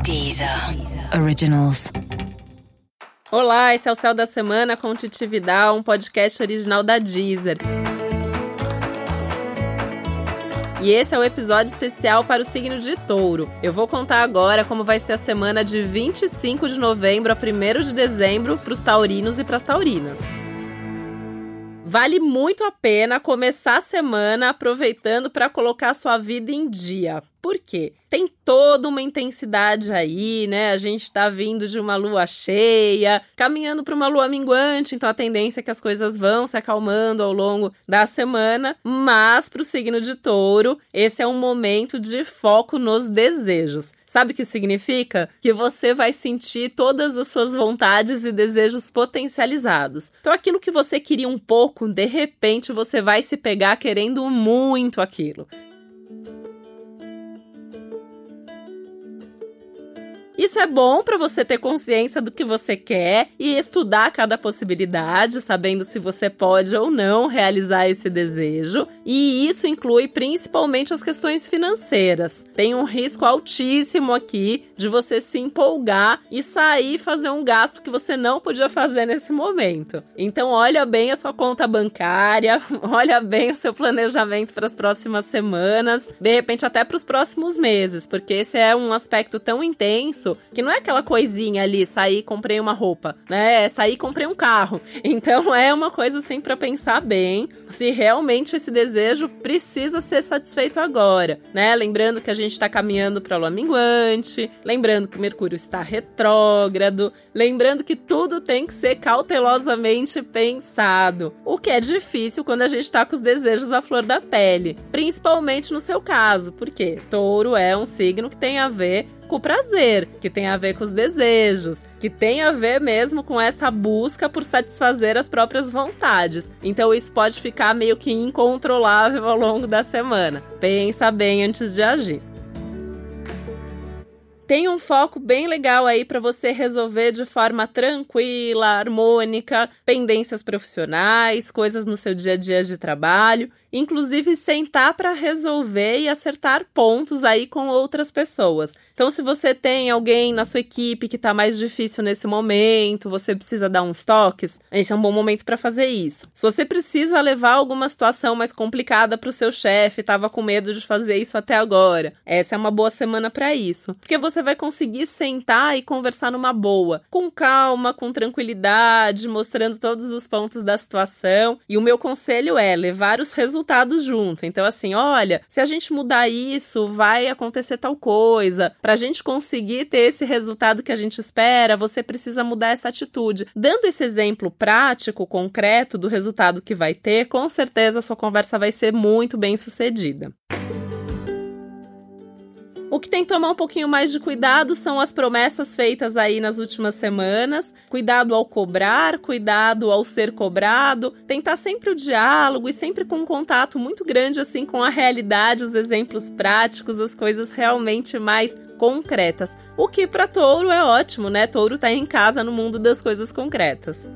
Deezer Originals. Olá, esse é o Céu da Semana com Titi Vidal, um podcast original da Deezer. E esse é o episódio especial para o signo de Touro. Eu vou contar agora como vai ser a semana de 25 de novembro a 1º de dezembro para os taurinos e para as taurinas. Vale muito a pena começar a semana aproveitando para colocar sua vida em dia. Por quê? Tem toda uma intensidade aí, né? A gente tá vindo de uma lua cheia, caminhando para uma lua minguante, então a tendência é que as coisas vão se acalmando ao longo da semana, mas para o signo de Touro, esse é um momento de foco nos desejos. Sabe o que significa? Que você vai sentir todas as suas vontades e desejos potencializados. Então aquilo que você queria um pouco, de repente você vai se pegar querendo muito aquilo. Isso é bom para você ter consciência do que você quer e estudar cada possibilidade, sabendo se você pode ou não realizar esse desejo. E isso inclui principalmente as questões financeiras. Tem um risco altíssimo aqui de você se empolgar e sair e fazer um gasto que você não podia fazer nesse momento. Então olha bem a sua conta bancária, olha bem o seu planejamento para as próximas semanas, de repente até para os próximos meses, porque esse é um aspecto tão intenso que não é aquela coisinha ali, saí e comprei uma roupa, né? É sair e comprei um carro. Então é uma coisa assim para pensar bem se realmente esse desejo precisa ser satisfeito agora, né? Lembrando que a gente está caminhando para a lua minguante, lembrando que o Mercúrio está retrógrado, lembrando que tudo tem que ser cautelosamente pensado, o que é difícil quando a gente está com os desejos à flor da pele, principalmente no seu caso, porque Touro é um signo que tem a ver com o prazer, que tem a ver com os desejos, que tem a ver mesmo com essa busca por satisfazer as próprias vontades. Então isso pode ficar meio que incontrolável ao longo da semana. Pensa bem antes de agir. Tem um foco bem legal aí para você resolver de forma tranquila, harmônica, pendências profissionais, coisas no seu dia a dia de trabalho, inclusive sentar para resolver e acertar pontos aí com outras pessoas. Então, se você tem alguém na sua equipe que está mais difícil nesse momento, você precisa dar uns toques, esse é um bom momento para fazer isso. Se você precisa levar alguma situação mais complicada para o seu chefe, estava com medo de fazer isso até agora, essa é uma boa semana para isso, porque você vai conseguir sentar e conversar numa boa, com calma, com tranquilidade, mostrando todos os pontos da situação. E o meu conselho é levar os resultados junto. Então, assim, olha, se a gente mudar isso, vai acontecer tal coisa. Para a gente conseguir ter esse resultado que a gente espera, você precisa mudar essa atitude. Dando esse exemplo prático, concreto do resultado que vai ter, com certeza a sua conversa vai ser muito bem sucedida. O que tem que tomar um pouquinho mais de cuidado são as promessas feitas aí nas últimas semanas. Cuidado ao cobrar, cuidado ao ser cobrado. Tentar sempre o diálogo e sempre com um contato muito grande assim com a realidade, os exemplos práticos, as coisas realmente mais concretas. O que para Touro é ótimo, né? Touro tá em casa no mundo das coisas concretas.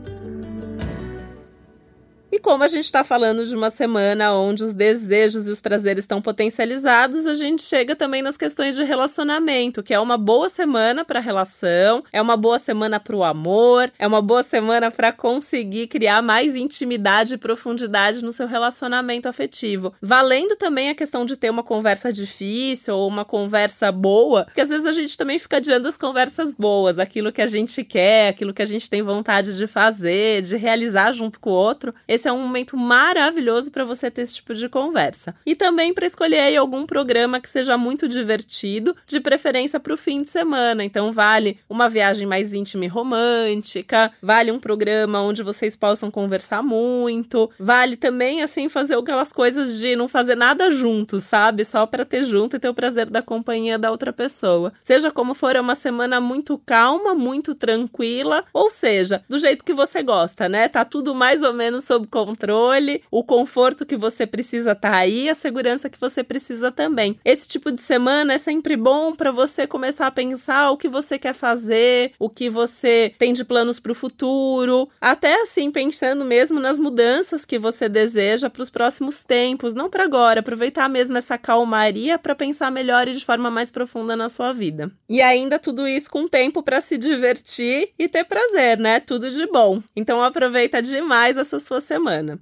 E como a gente está falando de uma semana onde os desejos e os prazeres estão potencializados, a gente chega também nas questões de relacionamento, que é uma boa semana para a relação, é uma boa semana para o amor, é uma boa semana para conseguir criar mais intimidade e profundidade no seu relacionamento afetivo. Valendo também a questão de ter uma conversa difícil ou uma conversa boa, porque às vezes a gente também fica adiando as conversas boas, aquilo que a gente quer, aquilo que a gente tem vontade de fazer, de realizar junto com o outro. Esse é um momento maravilhoso para você ter esse tipo de conversa. E também para escolher aí algum programa que seja muito divertido, de preferência para o fim de semana. Então vale uma viagem mais íntima e romântica, vale um programa onde vocês possam conversar muito, vale também assim fazer aquelas coisas de não fazer nada juntos, sabe? Só para ter junto e ter o prazer da companhia da outra pessoa. Seja como for, é uma semana muito calma, muito tranquila, ou seja, do jeito que você gosta, né? Tá tudo mais ou menos sob controle, o conforto que você precisa tá aí, a segurança que você precisa também. Esse tipo de semana é sempre bom para você começar a pensar o que você quer fazer, o que você tem de planos para o futuro, até assim pensando mesmo nas mudanças que você deseja para os próximos tempos, não para agora, aproveitar mesmo essa calmaria para pensar melhor e de forma mais profunda na sua vida. E ainda tudo isso com tempo para se divertir e ter prazer, né? Tudo de bom. Então aproveita demais essa sua semana.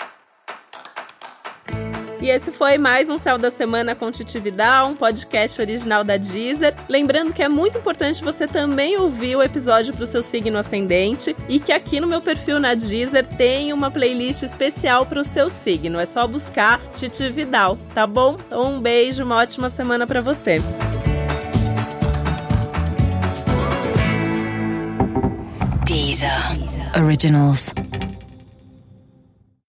E esse foi mais um Céu da Semana com Titi Vidal, um podcast original da Deezer. Lembrando que é muito importante você também ouvir o episódio para o seu signo ascendente e que aqui no meu perfil na Deezer tem uma playlist especial para o seu signo. É só buscar Titi Vidal, tá bom? Um beijo, uma ótima semana para você. Deezer Originals.